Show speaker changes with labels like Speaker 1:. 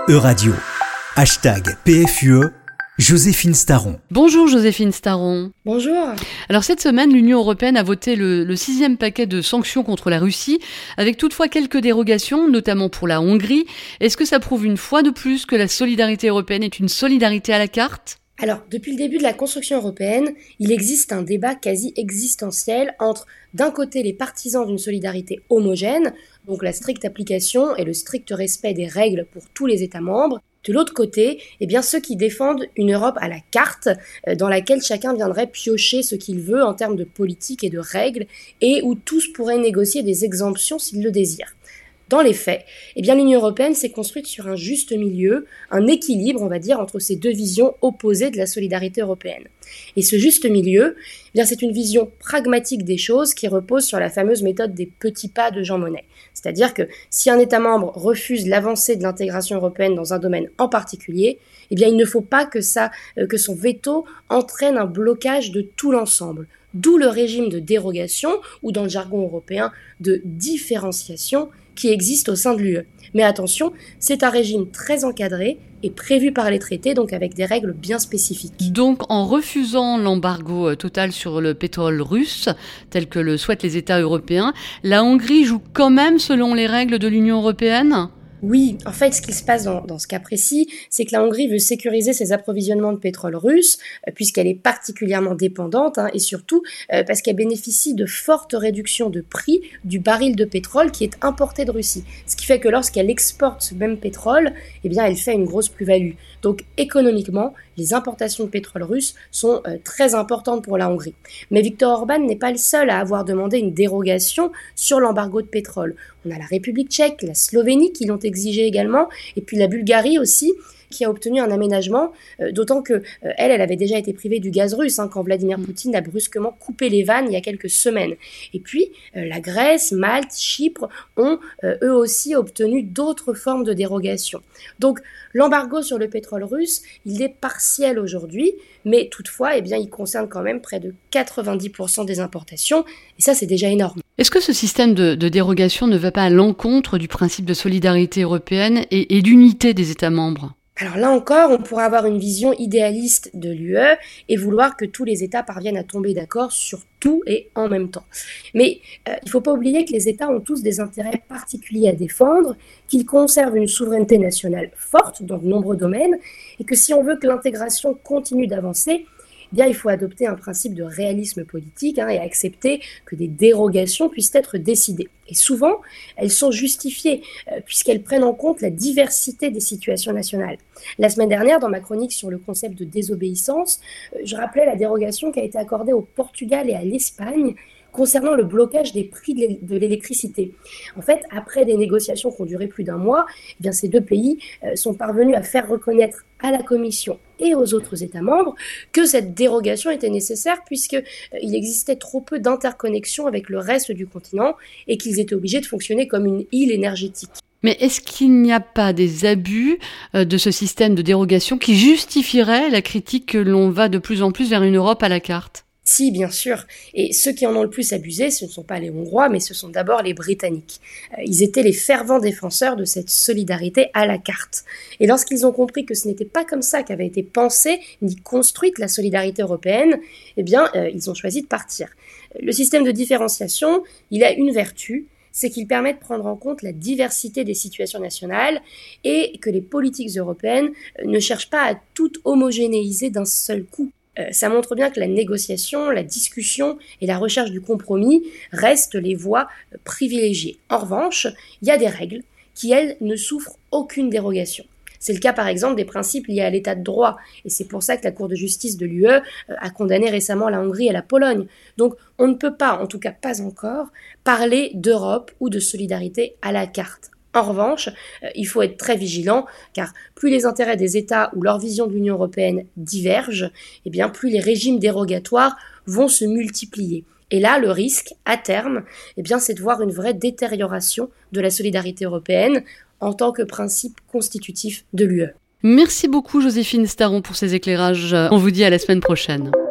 Speaker 1: Euradio. #PFUE, Joséphine Staron.
Speaker 2: Bonjour Joséphine Staron.
Speaker 3: Bonjour.
Speaker 2: Alors cette semaine, l'Union européenne a voté le 6e paquet de sanctions contre la Russie, avec toutefois quelques dérogations, notamment pour la Hongrie. Est-ce que ça prouve une fois de plus que la solidarité européenne est une solidarité à la carte ?
Speaker 3: Alors, depuis le début de la construction européenne, il existe un débat quasi existentiel entre, d'un côté, les partisans d'une solidarité homogène, donc la stricte application et le strict respect des règles pour tous les États membres, de l'autre côté, ceux qui défendent une Europe à la carte, dans laquelle chacun viendrait piocher ce qu'il veut en termes de politique et de règles, et où tous pourraient négocier des exemptions s'ils le désirent. Dans les faits, l'Union européenne s'est construite sur un juste milieu, un équilibre, on va dire, entre ces deux visions opposées de la solidarité européenne. Et ce juste milieu, c'est une vision pragmatique des choses qui repose sur la fameuse méthode des petits pas de Jean Monnet. C'est-à-dire que si un État membre refuse l'avancée de l'intégration européenne dans un domaine en particulier, il ne faut pas que son veto entraîne un blocage de tout l'ensemble. D'où le régime de dérogation, ou dans le jargon européen, de différenciation, qui existe au sein de l'UE. Mais attention, c'est un régime très encadré et prévu par les traités, donc avec des règles bien spécifiques.
Speaker 2: Donc en refusant l'embargo total sur le pétrole russe, tel que le souhaitent les États européens, la Hongrie joue quand même selon les règles de l'Union européenne ?
Speaker 3: Oui, en fait, ce qui se passe dans ce cas précis, c'est que la Hongrie veut sécuriser ses approvisionnements de pétrole russe, puisqu'elle est particulièrement dépendante, et surtout parce qu'elle bénéficie de fortes réductions de prix du baril de pétrole qui est importé de Russie. Ce qui fait que lorsqu'elle exporte ce même pétrole, elle fait une grosse plus-value. Donc économiquement, les importations de pétrole russe sont très importantes pour la Hongrie. Mais Viktor Orban n'est pas le seul à avoir demandé une dérogation sur l'embargo de pétrole. On a la République tchèque, la Slovénie qui l'ont exigé également, et puis la Bulgarie aussi, qui a obtenu un aménagement, d'autant que elle avait déjà été privée du gaz russe quand Vladimir Poutine a brusquement coupé les vannes il y a quelques semaines. Et puis la Grèce, Malte, Chypre ont eux aussi obtenu d'autres formes de dérogation. Donc l'embargo sur le pétrole russe, il est partiel aujourd'hui, mais toutefois, il concerne quand même près de 90% des importations, et ça c'est déjà énorme.
Speaker 2: Est-ce que ce système de dérogation ne va pas à l'encontre du principe de solidarité européenne et d'unité des États membres ?
Speaker 3: Alors là encore, on pourrait avoir une vision idéaliste de l'UE et vouloir que tous les États parviennent à tomber d'accord sur tout et en même temps. Mais il ne faut pas oublier que les États ont tous des intérêts particuliers à défendre, qu'ils conservent une souveraineté nationale forte dans de nombreux domaines, et que si on veut que l'intégration continue d'avancer, il faut adopter un principe de réalisme politique et accepter que des dérogations puissent être décidées. Et souvent, elles sont justifiées puisqu'elles prennent en compte la diversité des situations nationales. La semaine dernière, dans ma chronique sur le concept de désobéissance, je rappelais la dérogation qui a été accordée au Portugal et à l'Espagne concernant le blocage des prix de l'électricité. En fait, après des négociations qui ont duré plus d'un mois, ces deux pays sont parvenus à faire reconnaître à la Commission et aux autres États membres que cette dérogation était nécessaire puisqu'il existait trop peu d'interconnexion avec le reste du continent et qu'ils étaient obligés de fonctionner comme une île énergétique.
Speaker 2: Mais est-ce qu'il n'y a pas des abus de ce système de dérogation qui justifieraient la critique que l'on va de plus en plus vers une Europe à la carte ?
Speaker 3: Si, bien sûr. Et ceux qui en ont le plus abusé, ce ne sont pas les Hongrois, mais ce sont d'abord les Britanniques. Ils étaient les fervents défenseurs de cette solidarité à la carte. Et lorsqu'ils ont compris que ce n'était pas comme ça qu'avait été pensée ni construite la solidarité européenne, ils ont choisi de partir. Le système de différenciation, il a une vertu, c'est qu'il permet de prendre en compte la diversité des situations nationales et que les politiques européennes ne cherchent pas à tout homogénéiser d'un seul coup. Ça montre bien que la négociation, la discussion et la recherche du compromis restent les voies privilégiées. En revanche, il y a des règles qui, elles, ne souffrent aucune dérogation. C'est le cas par exemple des principes liés à l'état de droit, et c'est pour ça que la Cour de justice de l'UE a condamné récemment la Hongrie et la Pologne. Donc on ne peut pas, en tout cas pas encore, parler d'Europe ou de solidarité à la carte. En revanche, il faut être très vigilant, car plus les intérêts des États ou leur vision de l'Union européenne divergent, plus les régimes dérogatoires vont se multiplier. Et là, le risque, à terme, c'est de voir une vraie détérioration de la solidarité européenne en tant que principe constitutif de l'UE.
Speaker 2: Merci beaucoup Joséphine Staron pour ces éclairages. On vous dit à la semaine prochaine.